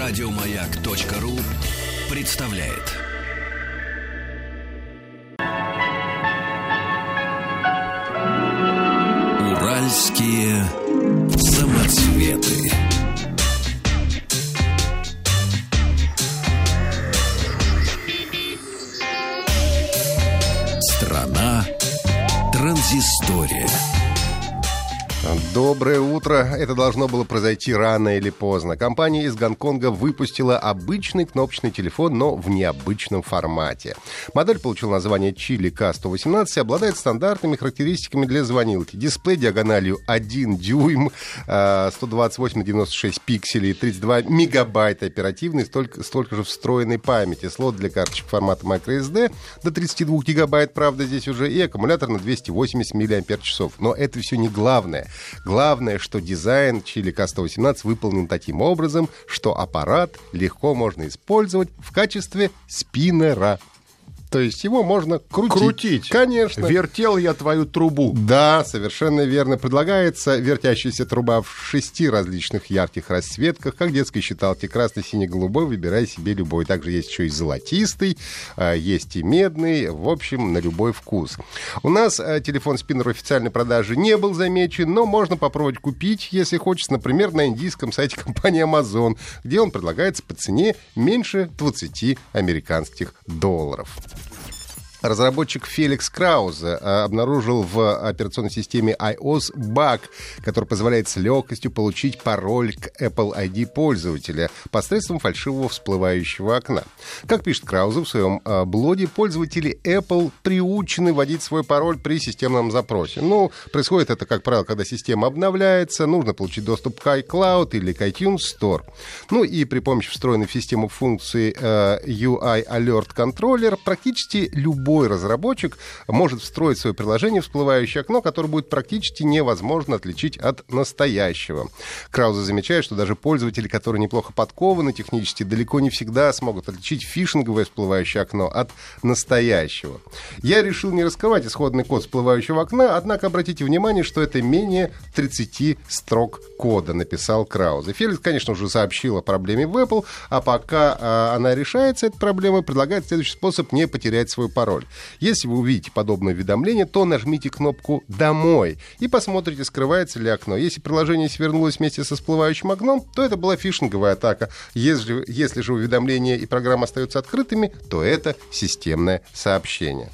Радиомаяк.ру представляет. Уральские самоцветы. Страна транзистория. Доброе утро. Это должно было произойти рано или поздно. Компания из Гонконга выпустила обычный кнопочный телефон, но в необычном формате. Модель получила название Chili K118 и обладает стандартными характеристиками для звонилки. Дисплей диагональю 1 дюйм, 128 на 96 пикселей, 32 мегабайта оперативной, столько же встроенной памяти. Слот для карточек формата microSD до 32 гигабайт, правда, здесь уже, и аккумулятор на 280 мАч. Но это все не главное. Главное, что дизайн Chili K118 выполнен таким образом, что аппарат легко можно использовать в качестве спиннера. То есть его можно крутить. Конечно. Вертел я твою трубу. Да, совершенно верно. Предлагается вертящаяся труба в 6 различных ярких расцветках, как детской считалке. Красный, синий, голубой. Выбирай себе любой. Также есть еще и золотистый, есть и медный. В общем, на любой вкус. У нас телефон-спиннер в официальной продаже не был замечен, но можно попробовать купить, если хочется, например, на индийском сайте компании Amazon, где он предлагается по цене меньше 20 американских долларов. Разработчик Феликс Краузе обнаружил в операционной системе iOS баг, который позволяет с легкостью получить пароль к Apple ID пользователя посредством фальшивого всплывающего окна. Как пишет Краузе в своем блоге, пользователи Apple приучены вводить свой пароль при системном запросе. Ну, происходит это, как правило, когда система обновляется, нужно получить доступ к iCloud или к iTunes Store. Ну и при помощи встроенной в систему функции UI Alert Controller практически любой разработчик может встроить в свое приложение всплывающее окно, которое будет практически невозможно отличить от настоящего. Краузе замечает, что даже пользователи, которые неплохо подкованы технически, далеко не всегда смогут отличить фишинговое всплывающее окно от настоящего. Я решил не раскрывать исходный код всплывающего окна, однако обратите внимание, что это менее 30 строк кода, написал Краузе. Феликс, конечно, уже сообщил о проблеме в Apple, а пока она решается, эта проблема, предлагает следующий способ не потерять свой пароль. Если вы увидите подобное уведомление, то нажмите кнопку «Домой» и посмотрите, скрывается ли окно. Если приложение свернулось вместе со всплывающим окном, то это была фишинговая атака. Если же уведомления и программа остаются открытыми, то это системное сообщение.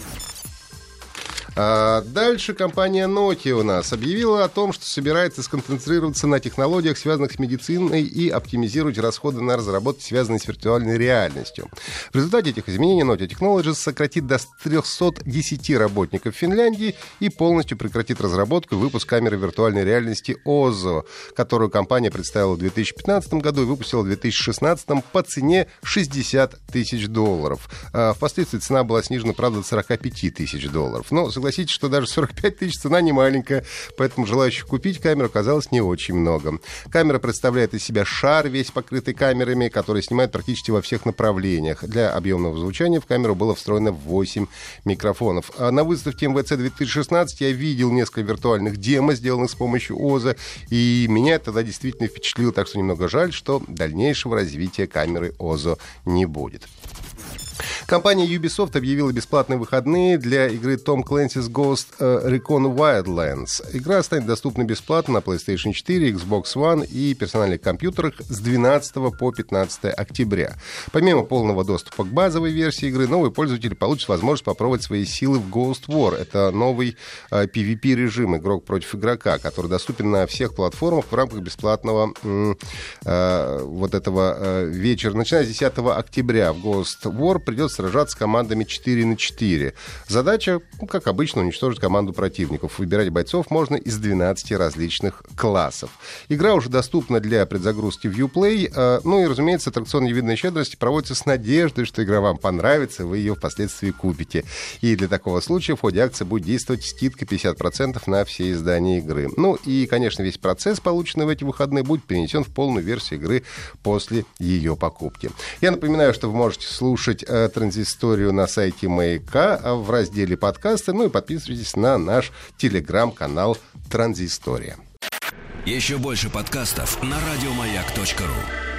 Дальше компания Nokia у нас объявила о том, что собирается сконцентрироваться на технологиях, связанных с медициной, и оптимизировать расходы на разработки, связанные с виртуальной реальностью. В результате этих изменений Nokia Technologies сократит до 310 работников в Финляндии и полностью прекратит разработку и выпуск камеры виртуальной реальности Ozo, которую компания представила в 2015 году и выпустила в 2016 по цене $60 тысяч. Впоследствии цена была снижена, правда, до $45 тысяч. Но согласитесь, что даже 45 тысяч цена не маленькая, поэтому желающих купить камеру оказалось не очень много. Камера представляет из себя шар, весь покрытый камерами, который снимает практически во всех направлениях. Для объемного звучания в камеру было встроено 8 микрофонов. А на выставке МВЦ 2016 я видел несколько виртуальных демо, сделанных с помощью Ozo, и меня это тогда действительно впечатлило, так что немного жаль, что дальнейшего развития камеры Ozo не будет. Компания Ubisoft объявила бесплатные выходные для игры Tom Clancy's Ghost Recon Wildlands. Игра станет доступна бесплатно на PlayStation 4, Xbox One и персональных компьютерах с 12 по 15 октября. Помимо полного доступа к базовой версии игры, новые пользователи получат возможность попробовать свои силы в Ghost War. Это новый PvP-режим, игрок против игрока, который доступен на всех платформах в рамках бесплатного этого вечера. Начиная с 10 октября в Ghost War придется сражаться с командами 4 на 4. Задача, как обычно, уничтожить команду противников. Выбирать бойцов можно из 12 различных классов. Игра уже доступна для предзагрузки в Uplay. Ну и, разумеется, аттракцион невиданной щедрости проводится с надеждой, что игра вам понравится, вы ее впоследствии купите. И для такого случая в ходе акции будет действовать скидка 50% на все издания игры. Ну и, конечно, весь процесс, полученный в эти выходные, будет перенесен в полную версию игры после ее покупки. Я напоминаю, что вы можете слушать транзисторию на сайте Маяка в разделе подкасты. Ну и подписывайтесь на наш телеграм-канал Транзистория. Еще больше подкастов на радиомаяк.ру.